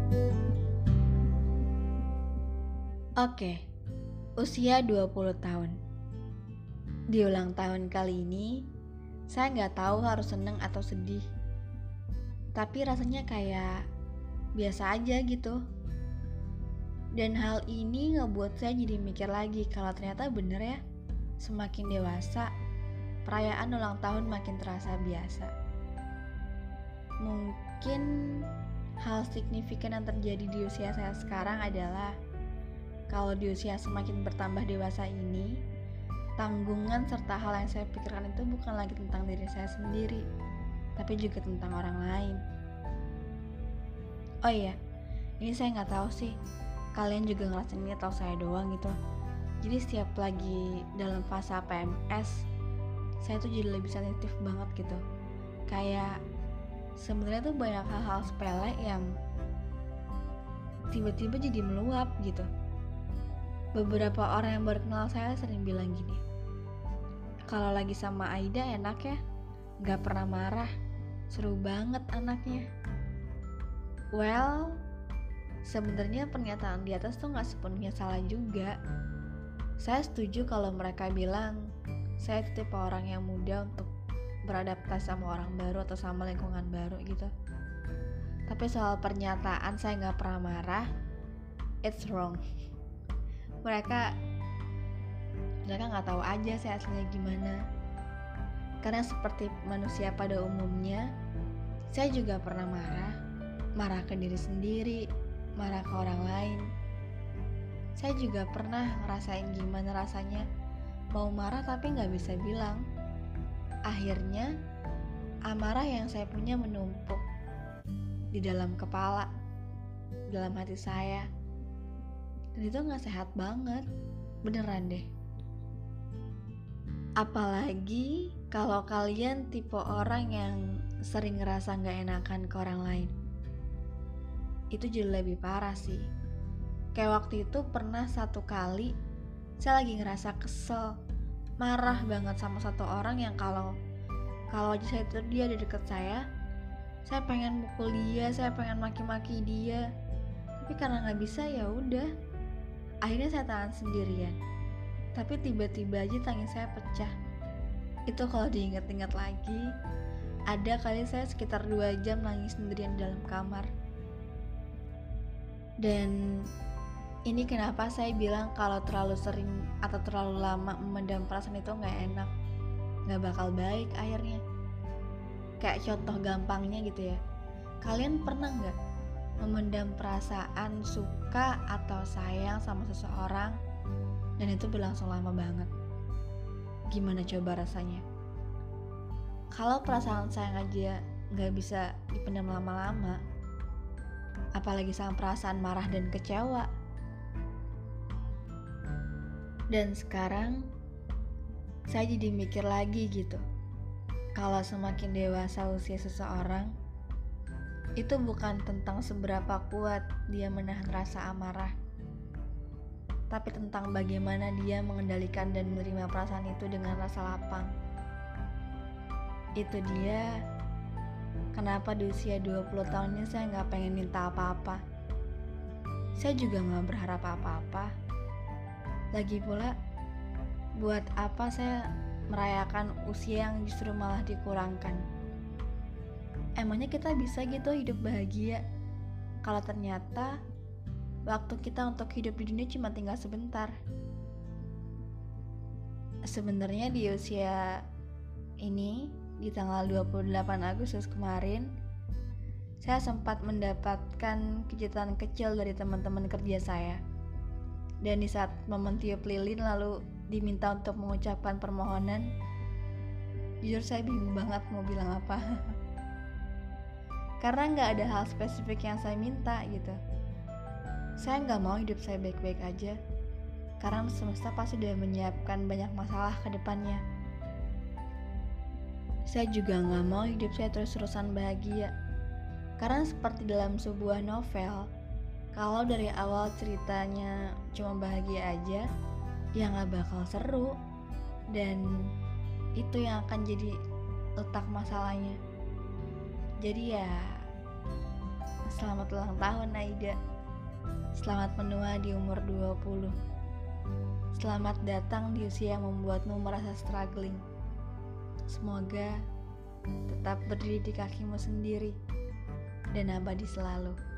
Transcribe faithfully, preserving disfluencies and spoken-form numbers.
Oke, usia dua puluh tahun. Di ulang tahun kali ini, saya nggak tahu harus seneng atau sedih. Tapi rasanya kayak biasa aja gitu. Dan hal ini ngebuat saya jadi mikir lagi kalau ternyata bener ya, semakin dewasa, perayaan ulang tahun makin terasa biasa. Mungkin hal signifikan yang terjadi di usia saya sekarang adalah kalau di usia semakin bertambah dewasa ini, tanggungan serta hal yang saya pikirkan itu bukan lagi tentang diri saya sendiri, tapi juga tentang orang lain. Oh iya, ini saya nggak tahu sih, kalian juga ngerasain ini atau saya doang gitu. Jadi setiap lagi dalam fase P M S, saya tuh jadi lebih sensitif banget gitu. Kayak sebenarnya tuh banyak hal-hal sepele yang tiba-tiba jadi meluap gitu. Beberapa orang yang baru kenal saya sering bilang gini, kalau lagi sama Aida enak ya, gak pernah marah, seru banget anaknya. Well, sebenarnya pernyataan di atas tuh gak sepenuhnya salah juga. Saya setuju kalau mereka bilang saya tipe orang yang mudah untuk beradaptasi sama orang baru atau sama lingkungan baru gitu. Tapi soal pernyataan saya gak pernah marah, it's wrong. Mereka mereka nggak tahu aja saya aslinya gimana. Karena seperti manusia pada umumnya, saya juga pernah marah, marah ke diri sendiri, marah ke orang lain. Saya juga pernah ngerasain gimana rasanya mau marah tapi nggak bisa bilang. Akhirnya amarah yang saya punya menumpuk di dalam kepala, di dalam hati saya. Dan itu gak sehat banget, beneran deh. Apalagi kalau kalian tipe orang yang sering ngerasa gak enakan ke orang lain. Itu jadi lebih parah sih. Kayak waktu itu pernah satu kali saya lagi ngerasa kesel, marah banget sama satu orang yang kalau kalau aja saya itu dia di dekat saya, saya pengen mukul dia, saya pengen maki-maki dia. Tapi karena gak bisa ya udah. Akhirnya saya tahan sendirian. Tapi tiba-tiba aja tangis saya pecah. Itu kalau diingat-ingat lagi, ada kali saya sekitar dua jam nangis sendirian di dalam kamar. Dan ini kenapa saya bilang kalau terlalu sering atau terlalu lama memendam perasaan itu gak enak, gak bakal baik akhirnya. Kayak contoh gampangnya gitu ya, kalian pernah gak memendam perasaan suka atau sayang sama seseorang dan itu berlangsung lama banget? Gimana coba rasanya? Kalau perasaan sayang aja gak bisa dipendam lama-lama, apalagi sama perasaan marah dan kecewa. Dan sekarang saya jadi mikir lagi gitu, kalau semakin dewasa usia seseorang, itu bukan tentang seberapa kuat dia menahan rasa amarah, tapi tentang bagaimana dia mengendalikan dan menerima perasaan itu dengan rasa lapang. Itu dia kenapa di usia dua puluh tahun ini saya gak pengen minta apa-apa. Saya juga gak berharap apa-apa. Lagi pula, buat apa saya merayakan usia yang justru malah dikurangkan? Emangnya kita bisa gitu hidup bahagia kalau ternyata waktu kita untuk hidup di dunia cuma tinggal sebentar? Sebenarnya di usia ini, di tanggal dua puluh delapan Agustus kemarin, saya sempat mendapatkan kejutan kecil dari teman-teman kerja saya. Dan di saat momen tiup lilin lalu diminta untuk mengucapkan permohonan, jujur saya bingung banget mau bilang apa. Karena gak ada hal spesifik yang saya minta gitu. Saya gak mau hidup saya baik-baik aja, karena semesta pasti udah menyiapkan banyak masalah ke depannya. Saya juga gak mau hidup saya terus-terusan bahagia, karena seperti dalam sebuah novel, kalau dari awal ceritanya cuma bahagia aja, ya gak bakal seru. Dan itu yang akan jadi letak masalahnya. Jadi ya, Selamat ulang tahun Aida. Selamat menua di umur dua puluh. Selamat datang di usia yang membuatmu merasa struggling. Semoga tetap berdiri di kakimu sendiri dan abadi selalu.